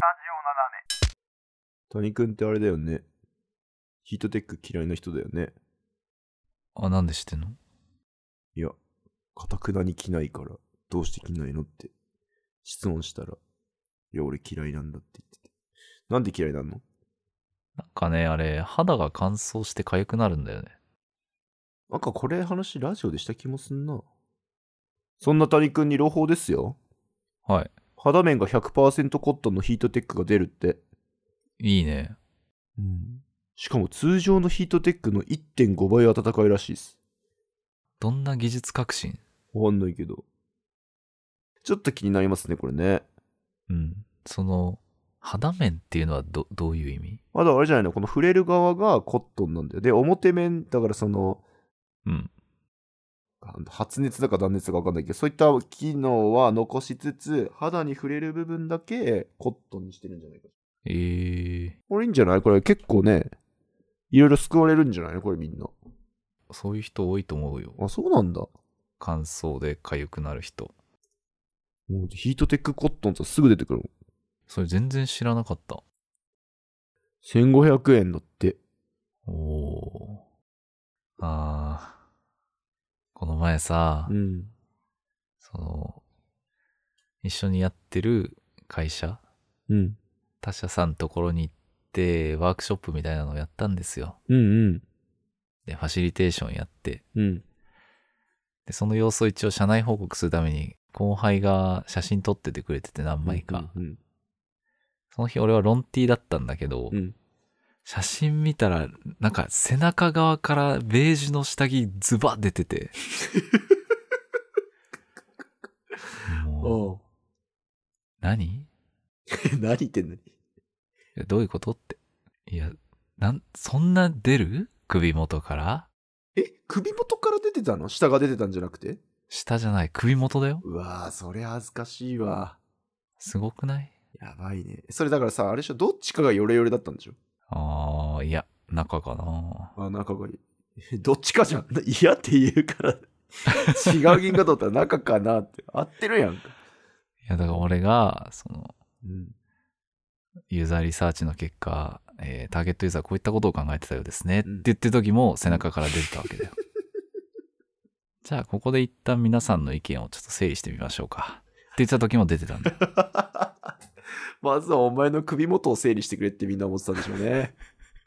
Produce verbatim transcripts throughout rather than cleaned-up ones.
谷くんってあれだよね。ヒートテック嫌いな人だよね。 あ、なんで知ってんの？ いや、かたくなに着ないから、どうして着ないのって質問したら、いや、俺嫌いなんだって言ってて。なんで嫌いなの？ なんかね、あれ、肌が乾燥して痒くなるんだよね。 なんかこれ話ラジオでした気もすんな。そんな谷くんに朗報ですよ。 はい。 肌面が ひゃくパーセント コットンのヒートテックが出るって。 いいね。 うん。しかも通常のヒートテックの いってんご 倍暖かいらしいです。 どんな技術革新？ わかんないけど。ちょっと気になりますね、これね。 うん。その、肌面っていうのはど、どういう意味？ まだあれじゃないの、この触れる側がコットンなんだよ。で、表面、だからその、 うん。 発熱だか断熱だか分かんないけど、そういった機能は残しつつ、肌に触れる部分だけコットンにしてるんじゃないか。 えー、 これいいんじゃない？これ結構ね、いろいろ救われるんじゃないのこれみんな。 そういう人多いと思うよ。 あ、そうなんだ。 乾燥で痒くなる人。 もうヒートテックコットンってすぐ出てくるの。 それ全然知らなかった。 せんごひゃくえんだって。 おー。あー。この前さ、 うん。 その、一緒にやってる会社、 うん。 他社さんのところに行って、ワークショップみたいなのをやったんですよ。 うんうん。 で、ファシリテーションやって、 うん。 で、その様子を一応社内報告するために、後輩が写真撮っててくれてて何枚か。 うんうんその日俺はロンティーだったんだけど、 うん。 写真見たら、なんか背中側からベージュの下着ズバッ出てて。もう、何？ 何言ってんの？ どういうことって。いや、なん、そんな出る？首元から？ え、首元から出てたの？下が出てたんじゃなくて？ 下じゃない、首元だよ。 うわぁ、それ恥ずかしいわ。 すごくない？ やばいね。それだからさ、あれでしょ、どっちかがヨレヨレだったんでしょ？ あー、いや、中かな。 あ、仲がいい。どっちかじゃん。嫌って言うから違う銀河だったら中かなって。合ってるやんか。 いや、だから俺が、その、 うん、 ユーザーリサーチの結果、えー、ターゲットユーザーはこういったことを考えてたようですね、 うんって言ってる時も背中から出てたわけだよ。じゃあ、ここで一旦皆さんの意見をちょっと整理してみましょうか。って言った時も出てたんだよ。 まずはお前の首元を整理してくれってみんな思ってたんでしょうね。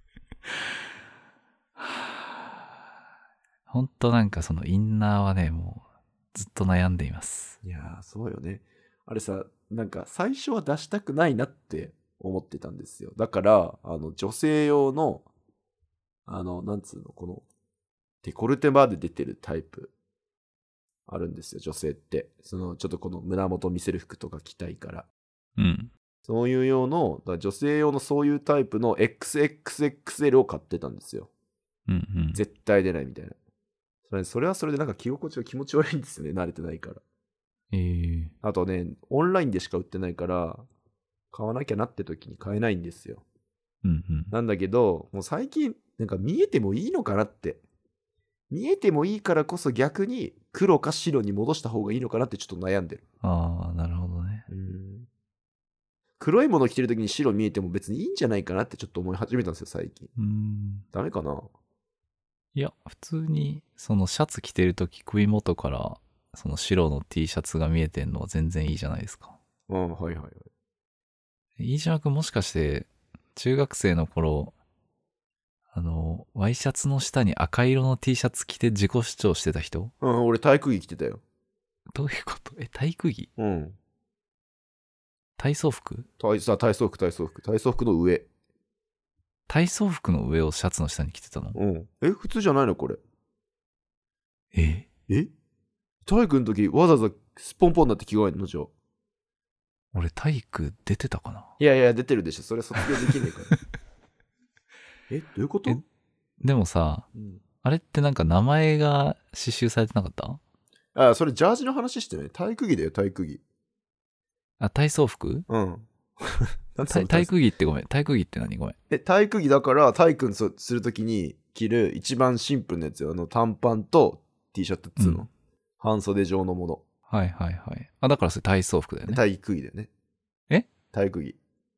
ほんとなんかそのインナーはね、もうずっと悩んでいます。 いやー、そうよね。あれさ、なんか最初は出したくないなって思ってたんですよ。だから、あの、女性用の、あの、なんつうの、この、デコルテまで出てるタイプ、あるんですよ、女性って。その、ちょっとこの胸元見せる服とか着たいから。 うん。 そういう用の、だから女性用のそういうタイプの エックスエックスエックスエル を買ってたんですよ。 うんうん。 絶対出ないみたいな。それそれはそれでなんか着心地が気持ち悪いんですよね、慣れてないから。 えー、 あとね、オンラインでしか売ってないから、買わなきゃなって時に買えないんですよ。 うんうん。 なんだけど、もう最近、なんか見えてもいいのかなって。見えてもいいからこそ逆に黒か白に戻した方がいいのかなってちょっと悩んでる。 ああ、なるほどね。 うん黒いもの着てる時に白見えても別にいいんじゃないかなってちょっと思い始めたんですよ、最近。 うーん。 ダメかな？ いや、普通に、そのシャツ着てるとき首元から、その白の T シャツが見えてんのは全然いいじゃないですか。 うん、はいはいはい。 飯島くんもしかして、中学生の頃、あの、ワイシャツの下に赤色の T シャツ着て自己主張してた人？ うん、俺体育着着てたよ。 どういうこと？え、体育着？ うん。 体操服？ 体さ体操服、体操服。体操服の上。 体操服の上をシャツの下に着てたの？ うん。え、普通じゃないのこれ。 ええ体育の時わざわざスポンポンになって着替えんのじゃあ。 俺体育出てたかな？ いやいや、出てるでしょ。それ卒業できねえから。え、どういうこと？ えでもさ、 うん、 あれってなんか名前が刺繍されてなかった？ あ、それジャージの話してね。体育着だよ、体育着。 あ、体操服？ うん。なん体体育着ってごめん。体育着って何？ごめん。 え、体育着だから体育するときに着る一番シンプルなやつよ。あの短パンと T シャツっつうの、うん、半袖状のもの。 はいはいはい。あ、だからそれ体操服だよね。 体育着だよね。 え？ 体育着。 ん？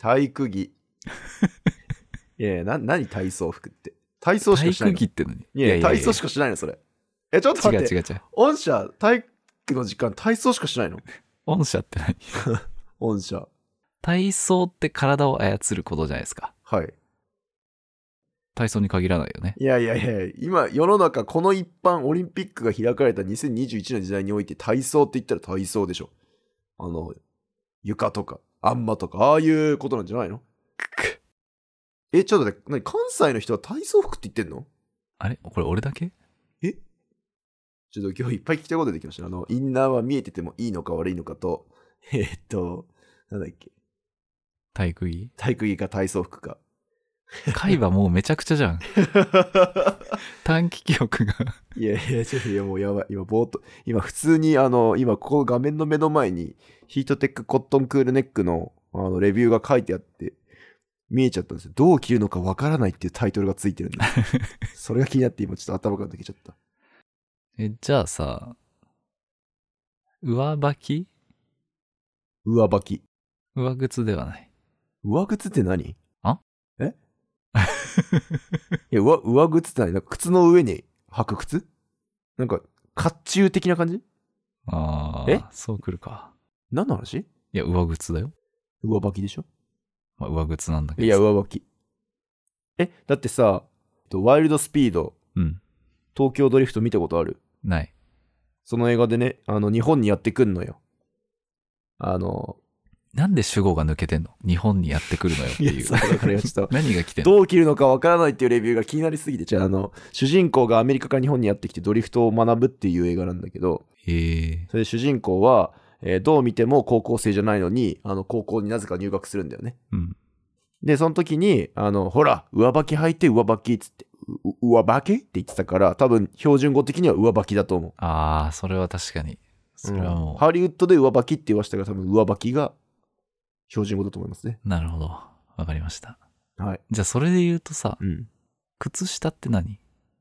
体育着。いやいや、な、何体操服って。体操しかしないの。 体育着って何？ いやいや、体操しかしないの、それ。え、ちょっと待って。 違う違う違う。 御社、体育の時間、体操しかしないの？ 御社って何？ 御社。 体操って体を操ることじゃないですか。 はい。 体操に限らないよね。 いやいやいや、今、世の中、この一般オリンピックが開かれたにせんにじゅういちの時代において、体操って言ったら体操でしょ。あの、床とか、あんまとか、ああいうことなんじゃないの？え、ちょっと待って、何、関西の人は体操服って言ってんの？ あれこれ俺だけ？ えちょっと今日いっぱい聞きたいこと出てきました。あの、インナーは見えててもいいのか悪いのかと、えー、っと、なんだっけ。 体育着？ 体育着か体操服か。 海馬もうめちゃくちゃじゃん。短期記憶が。 いやいや、ちょっといやもうやばい。今、ぼーっと、今普通にあの、今ここ画面の目の前にヒートテックコットンクールネックのあのレビューが書いてあって、見えちゃったんですよ。どう着るのかわからないっていうタイトルがついてるんで。それが気になって今ちょっと頭から抜けちゃった。 え、じゃあさ、上履き？ 上履き。 上靴ではない。 上靴って何？ あ？ えいや、上、上靴って何？なんか靴の上に履く靴？なんか、甲冑的な感じ？ ああ、 えそうくるか。 何の話？ いや、上靴だよ。 上履きでしょ？ まあ、上靴なんだけど。 いや、上履き。え、だってさ、ワイルドスピード、 うん。 東京ドリフト見たことある？ ない。 その映画でね、あの、日本にやってくんのよ。あの、 なんで主語が抜けてんの？日本にやってくるのよっていう。 いや、そうだからちょっと何が来てんの？ どう着るのかわからないっていうレビューが気になりすぎて、じゃあ、あの、主人公がアメリカから日本にやってきてドリフトを学ぶっていう映画なんだけど、 へえ。 それで主人公は、えーどう見ても高校生じゃないのに、あの、高校になぜか入学するんだよね。 うん。 で、その時に、あの、ほら、上履き履いて上履きっつって、う上履きって言ってたから、多分標準語的には上履きだと思う。 ああ、それは確かに。それはもう、 うんハリウッドで上履きって言わせたから多分上履きが標準語だと思いますね。 なるほど。わかりました。 はい。 じゃあそれで言うとさ、 うん。 靴下って何？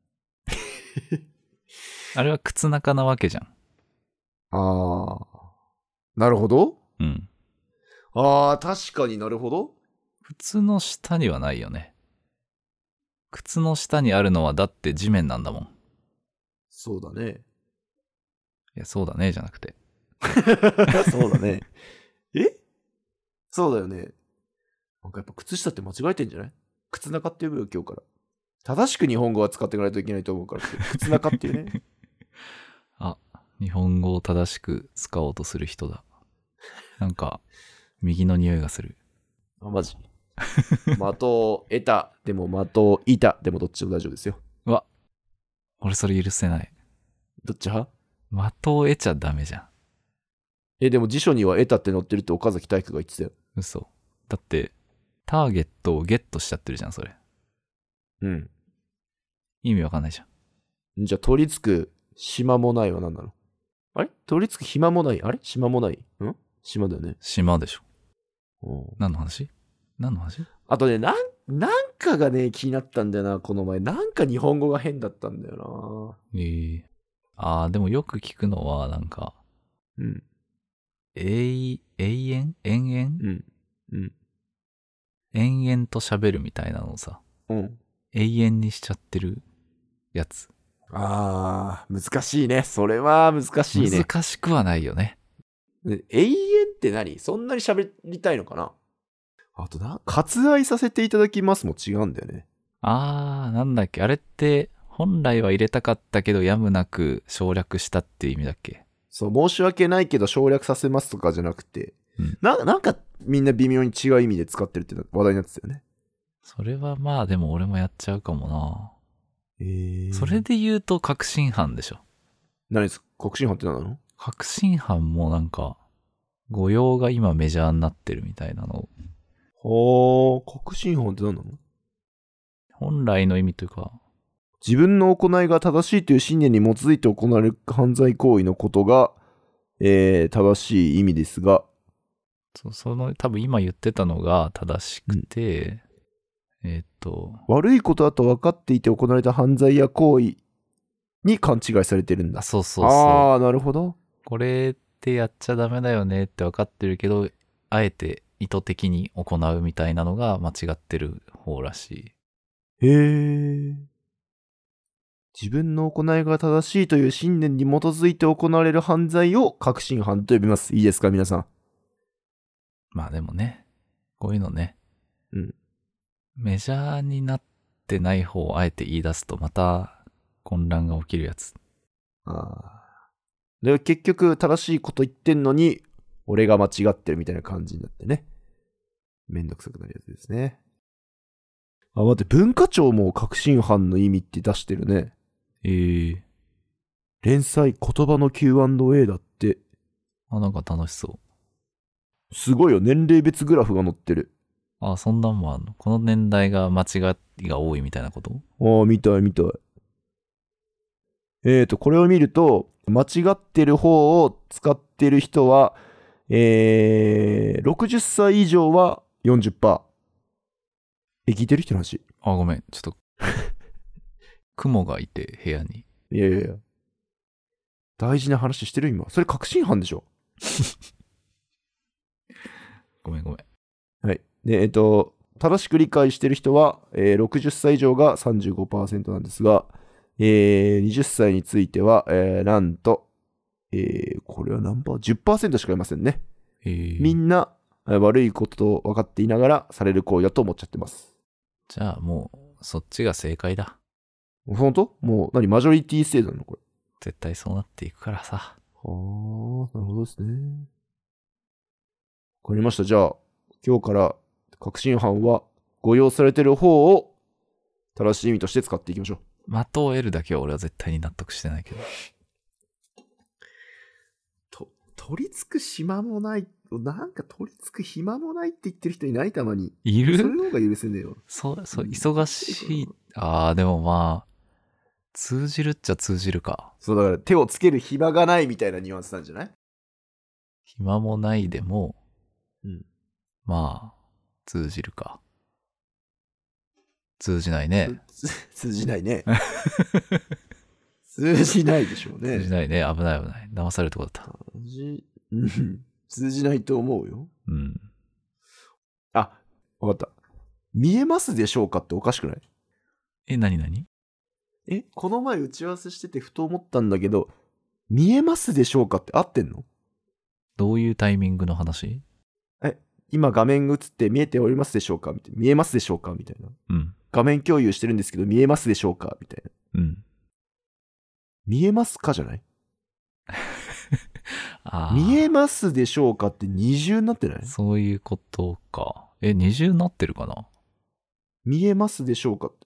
あれは靴中なわけじゃん。 あー。なるほど。 うん。 あー、確かになるほど。 靴の下にはないよね。靴の下にあるのはだって地面なんだもん。いそうだね。 や、そうだね、じゃなくて。 そうだね。えそうだよね。なんかやっぱ靴下って間違えてんじゃない？靴中って呼ぶよ、今日から。正しく日本語は使っていかないといけないと思うから、靴中っていうね。 あ、日本語を正しく使おうとする人だ。なんか、右の匂いがする。 あ、マジ。的を得た、でも的をいた、でもどっちも大丈夫ですよ。 うわ、俺それ許せない。 どっち派？ 的を得ちゃダメじゃん。 え、でも辞書には得たって載ってるって岡崎体育が言ってたよ。 嘘。だって、ターゲットをゲットしちゃってるじゃん、それ。 うん。 意味わかんないじゃん。 じゃあ、取り付く島もないは何なの？あれ取り付く暇もない。あれ島もない。ん島だよね。 島でしょ。 うん何の話？何の話？ あとね、なん、なんかがね、気になったんだよな、この前。なんか日本語が変だったんだよええああ、でもよく聞くのは、なんか、 な。うん。 永、永遠延々 うん。うん。 延々と喋るみたいなのをさ、 うん。 永遠にしちゃってるやつ。 あー、難しいね。それは難しいね。 難しくはないよね。 ね永遠って何？そんなに喋りたいのかな？あとな、割愛させていただきますも違うんだよね。 あー、なんだっけ、あれって、本来は入れたかったけど、やむなく省略したっていう意味だっけ？ そう、申し訳ないけど省略させますとかじゃなくて、 うん、 な, なんかみんな微妙に違う意味で使ってるって話題になってたよね。 それはまあでも俺もやっちゃうかもな。 えー、 それで言うと確信犯でしょ。 何です？確信犯って何なの？ 確信犯もなんか語用が今メジャーになってるみたいなの。 はあ、確信犯って何なの？ 本来の意味というか、 自分の行いが正しいという信念に基づいて行われる犯罪行為のことが、えー、正しい意味ですが、 そ, その多分今言ってたのが正しくて、うん、えー、っと悪いことだと分かっていて行われた犯罪や行為に勘違いされてるんだ。 あ、そうそうそう。 ああ、なるほど。 これってやっちゃダメだよねって分かってるけど、あえて意図的に行うみたいなのが間違ってる方らしへえ。自分の行いが正しいという信念に基づいて行われる犯罪を確信犯と呼びます。いいですか、皆さん。 い。まあでもね、こういうのね、 うん。 メジャーになってない方をあえて言い出すとまた混乱が起きるやつ。 ああ。で、結局正しいこと言ってんのに、俺が間違ってるみたいな感じになってね。めんどくさくなるやつですね。あ、待って、文化庁も確信犯の意味って出してるね。 えー、 連載言葉の キューアンドエー だって。 あ、なんか楽しそう。 すごいよ、年齢別グラフが載ってる。 あ、そんなんもあんの？この年代が間違いが多いみたいなこと？ ああ、見たい見たい。えーと、これを見ると、間違ってる方を使ってる人は、えー、ろくじゅっさい以上は よんじゅっパーセント。え、聞いてる人の話？ あ、ごめん。ちょっと、雲がいて部屋に。 いやいやいや。大事な話してる今。それ確信犯でしょ。 ごめんごめん。 はい。で、えっと、正しく理解してる人は、えー、ろくじゅっさい以上が さんじゅうごパーセント なんですが、えー、はたちについては、えー、なんと、えー、これは何パー ?じゅっパーセント しかいませんね。 えー、 みんな、えー悪いことと分かっていながらされる行為だと思っちゃってます。 じゃあもう、そっちが正解だ。 本当？もう、何マジョリティ制度なのこれ。 絶対そうなっていくからさ。 はあ、なるほどですね。わかりました。じゃあ、今日から確信犯は誤用されてる方を正しい意味として使っていきましょう。 的を得るだけは俺は絶対に納得してないけど。 と、取り付く暇もない。なんか取り付く暇もないって言ってる人いない？たまに。 いる？ それの方が許せねえよ。 そう、そう、忙しい。ああ、でもまあ、通じるっちゃ通じるか。 そう、だから手をつける暇がないみたいなニュアンスなんじゃない？ 暇もないでも、 うん。 まあ、通じるか。通じないね。 通じないね。通じないでしょうね。 通じないね。危ない危ない。騙されるとこだった。 通じ、うん。通じないと思うよ。 うん。 あ、わかった。見えますでしょうかっておかしくない？ え、なになに？ え、この前打ち合わせしててふと思ったんだけど、見えますでしょうかって合ってんの？ どういうタイミングの話？ え、今画面が映って見えておりますでしょうかみたいな。見えますでしょうかみたいな。 うん。 画面共有してるんですけど、見えますでしょうかみたいな。 うん。 見えますかじゃない？ あ見えますでしょうかって二重になってない？ そういうことか。え、二重になってるかな？ 見えますでしょうかって。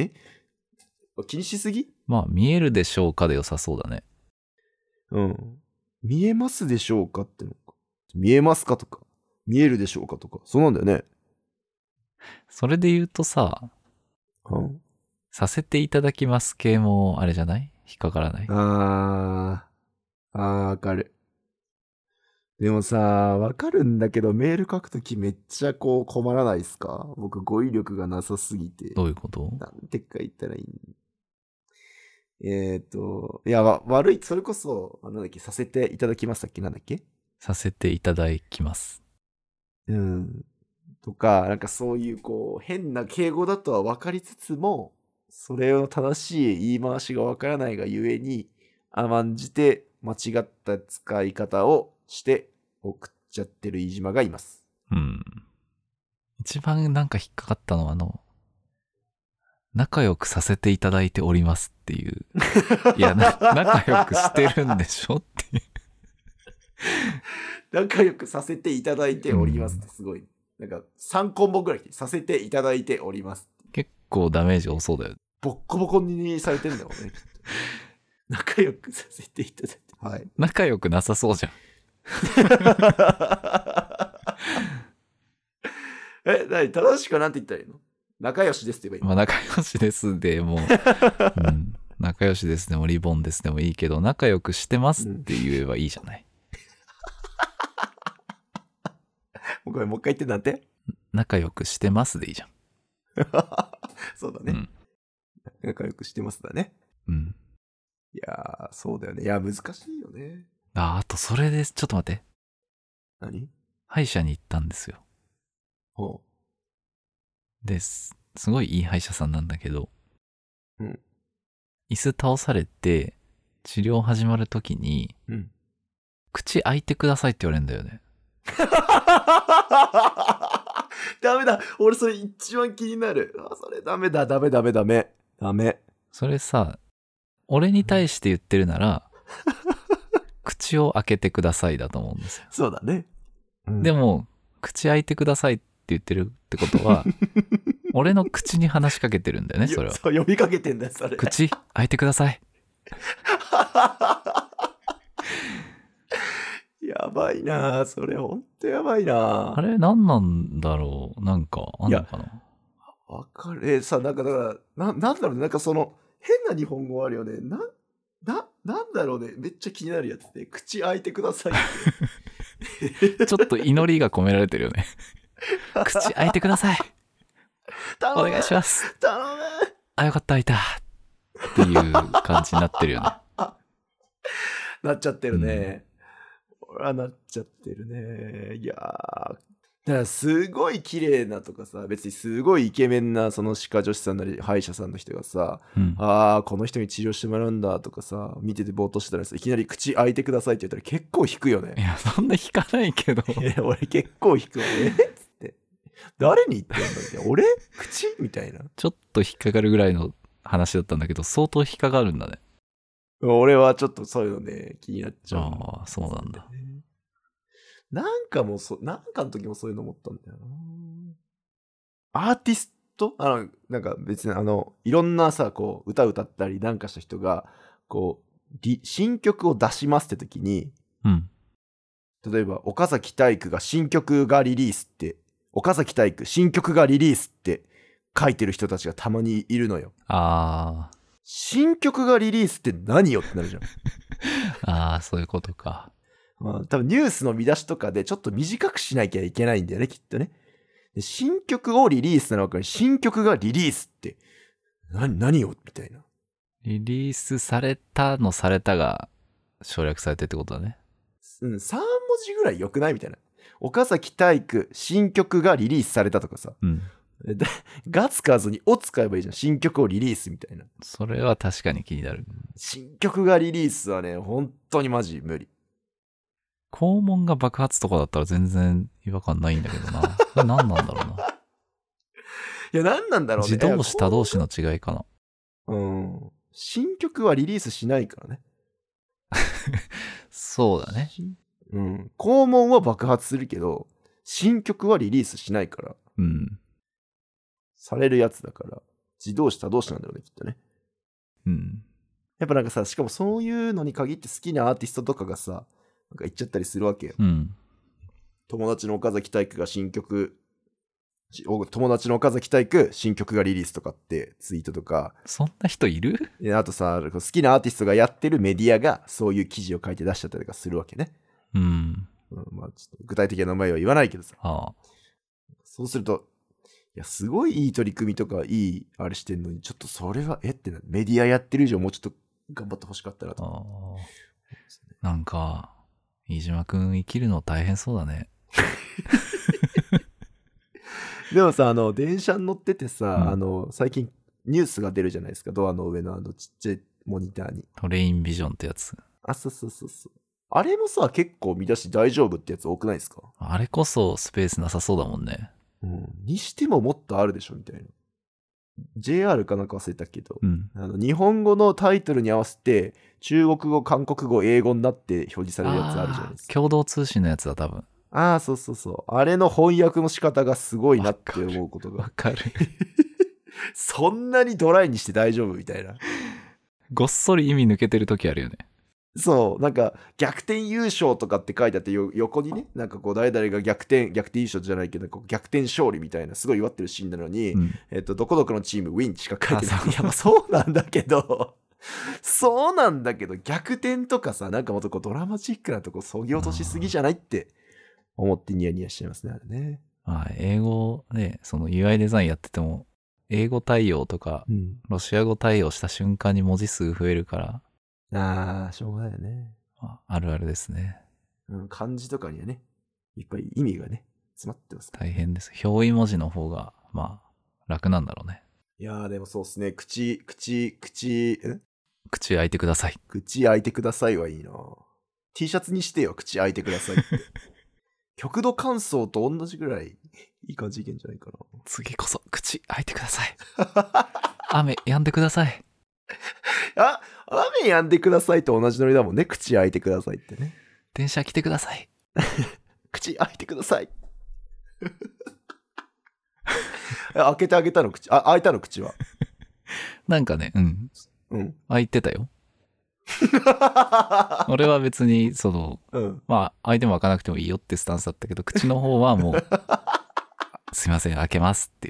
え気にしすぎ？ まあ、見えるでしょうかで良さそうだね。 うん。見えますでしょうかってのか。見えますかとか、見えるでしょうかとか、そうなんだよね。 それで言うとさ、 うん、 させていただきます系もあれじゃない？引っかからない？ あー、あー、わかる。でもさ、わかるんだけど、メール書くときめっちゃこう困らないっすか？僕語彙力がなさすぎて。 どういうこと？ なんて書いたらいいん？えっと、いや、わ悪い、それこそ、あなんだっけ、させていただきますだっけなんだっけ？ させていただきます。 うん。とか、なんかそういうこう、変な敬語だとは分かりつつも、それを正しい言い回しが分からないがゆえに、甘んじて間違った使い方をして送っちゃってる飯島がいます。 うん。一番なんか引っかかったのはあの、仲良くさせていただいておりますっていう。いや、な仲良くしてるんでしょっていう。 仲良くさせていただいておりますってすごい。なんかさんコンボぐらいさせていただいております。 結構ダメージ多そうだよ。 ボッコボコにされてんだよね。仲良くさせていただいて。はい。 仲良くなさそうじゃん。 え、なに正しくなんて言ったらいいの？仲良しですって言えばいいの？ まあ仲良しですでもう、うん、仲良しですでもリボンですでもいいけど、仲良くしてますって言えばいいじゃない。 うん、ごめん、もう一回言ってなんて？ 仲良くしてますでいいじゃん。 そうだね、うん。仲良くしてますだね。 うん。 いやー、そうだよね。いや、難しいよね。 あ、あとそれです。ちょっと待って。 何？ 歯医者に行ったんですよ。 ほです。すごいいい歯医者さんなんだけど、 うん椅子倒されて、治療始まるときに、 う。うん。 口開いてくださいって言われるんだよね。 ダメだ。俺それ一番気になる。あ、それダメだ、ダメダメダメ。ダメ。 それさ、俺に対して言ってるなら、口を開けてくださいだと思うんですよ。 そうだね。うんでも、口開いてくださいって言ってるってことは、俺の口に話しかけてるんだよね、それは。 そう、呼びかけてんだよ、それ。 口開いてください。 やばいなそれほんとやばいなあれ何なんだろう、なんかあんのかな。 わかる。え、さ、なんかだから、な、なんだろうね。なんかその、変な日本語あるよね。な、な、なんだろうね。めっちゃ気になるやつで、口開いてくださいって。 ちょっと祈りが込められてるよね。口開いてください。お願いします。 頼むあ、よかった、開いた。っていう感じになってるよね。 なっちゃってるね。俺はなっちゃってるね。いやー。だからすごい綺麗なとかさ、別にすごいイケメンなその歯科助手さんなり歯医者さんの人がさ、 うん。 あーこの人に治療してもらうんだとかさ、見ててぼーっとしてたらさ、いきなり口開いてくださいって言ったら結構引くよいね。 や、そんな引かないけど。 え俺結構引くわ。えっつって。誰に言ってんだって。俺口みたいな。 ちょっと引っかかるぐらいの話だったんだけど、相当引っかかるんだね。 俺はちょっとそういうのね、気になっちゃう。 ああ、そうなんだ。 なんかもうそ、なんかの時もそういうの思ったんだよな。アーティストあの、なんか別にあの、いろんなさ、こう、歌歌ったりなんかした人が、こう、リ新曲を出しますって時に、 うん。 例えば、岡崎体育が新曲がリリースって、岡崎体育新曲がリリースって書いてる人たちがたまにいるのよ。 あ新曲がリリースって何よってなるじゃん。 あ、ああ、そういうことか。 まあ、多分ニュースの見出しとかでちょっと短くしなきゃいけないんだよね、きっとね。で新曲をリリースなのかに新曲がリリースって何、何よみたいな。 リリースされたのされたが省略されてってことだね。 うん、さん文字ぐらい良くないみたいな。岡崎体育新曲がリリースされたとかさ。 うん。 でガ使わずにを使えばいいじゃん。新曲をリリースみたいな。 それは確かに気になる。 新曲がリリースはね、本当にマジ無理。 肛門が爆発とかだったら全然違和感ないんだけどな。これ何なんだろうな。 いや、何なんだろうね。 自動詞他動詞の違いかな。 うん。新曲はリリースしないからね。 そうだね。 うん。肛門は爆発するけど、新曲はリリースしないから。 うん。 されるやつだから、自動詞他動詞なんだろうね、きっとね。 うん。 やっぱなんかさ、しかもそういうのに限って好きなアーティストとかがさ、なんか言っちゃったりするわけよ。 うん。 友達の岡崎体育が新曲、しお友達の岡崎体育新曲がリリースとかってツイートとか、 そんな人いる？ であとさ、好きなアーティストがやってるメディアがそういう記事を書いて出しちゃったりとかするわけね。 うん。 うん、まあちょっと具体的な名前は言わないけどさ。 ああ。 そうすると、いや、すごいいい取り組みとかいいあれしてんのに、ちょっとそれは、えってな、メディアやってる以上もうちょっと頑張ってほしかったなと。 ああ。なんか、飯島くん生きるの大変そうだね。 でもさ、あの、電車に乗っててさ、 うんあの、最近ニュースが出るじゃないですか、ドアの上のあのちっちゃいモニターに。 トレインビジョンってやつ。 あ、そうそうそうそう。あれもさ、結構見出し大丈夫ってやつ多くないですか？ あれこそスペースなさそうだもんね。 うん。にしてももっとあるでしょみたいな。ジェイアール かなんか忘れたけど、 うん。 あの日本語のタイトルに合わせて中国語、韓国語、英語になって表示されるやつあるじゃないですか。 共同通信のやつだ、多分。 ああ、そうそうそう。あれの翻訳の仕方がすごいなって思うことが。 わかる。 そんなにドライにして大丈夫みたいな。 ごっそり意味抜けてる時あるよね。 そう、なんか逆転優勝とかって書いてあってよ横にね、なんかこう誰々が逆転、逆転優勝じゃないけど、こう逆転勝利みたいなすごい祝ってるシーンなのに、 うん。 えっと、どこどこのチームウィンしか書いてない。 あそういや、まあそうなんだけど、そうなんだけど、逆転とかさ、なんかもっとこうドラマチックなとこそぎ落としすぎじゃないって思ってニヤニヤしちゃいますね、あれね。 はい。英語で、その ユーアイ デザインやってても、英語対応とか、 うん。 ロシア語対応した瞬間に文字数増えるから、 ああ、しょうがないよね。 ああるあるですね。 うん、漢字とかにはね、いっぱい意味がね、 詰まってます。 大変です。表意文字の方が、まあ、楽なんだろうね。 いやーでもそうっすね。口、口、口、ん口開いてください。 口開いてくださいはいいな。T シャツにしてよ、口開いてくださいって。極度乾燥と同じぐらいいい感じいけんじゃないかな。 次こそ、口開いてください。雨止んでください。 あ、雨止んでくださいと同じノリだもんね。口開いてくださいってね。 電車来てください。 口開いてください。開けてあげたの口、あ、開いたの口は。 なんかね、うん。 うん。 開いてたよ。俺は別に、その、 うん。 まあ、相手も開かなくてもいいよってスタンスだったけど、口の方はもう、すいません、開けますっていう。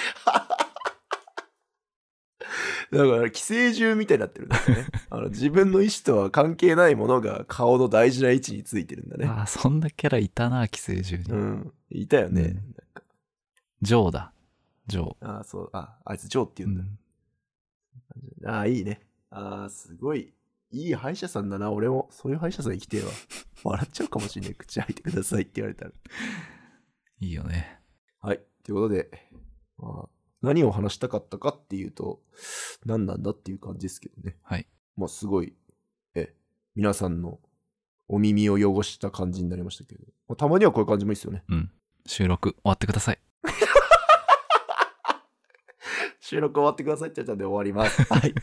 だから寄生獣みたいになってるんだよね。あの自分の意思とは関係ないものが顔の大事な位置についてるんだね。 ああ、そんなキャラいたな、寄生獣に。 うん。いたよね。 うんなんかジョーだ。ジョー。 ああ、そう。あ、あいつジョーって言うんだ。 うんああ、いいね。ああ、すごい。いい歯医者さんだな。俺もそういう歯医者さん行きてえわ。笑っちゃうかもしれない。口開いてくださいって言われたら。 いいよね。 はい。ということで、まあ、何を話したかったかっていうと、何なんだっていう感じですけどね。 はい。 まあ、すごい、え、皆さんのお耳を汚した感じになりましたけど、まあ、たまにはこういう感じもいいですよね。 うん。収録終わってください。 収録終わってくださいって言ったんで終わります。はい。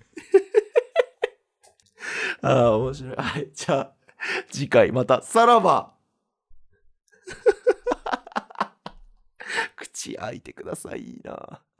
ああ、面白い。はい。じゃあ、次回また、さらば口開いてください。いいな。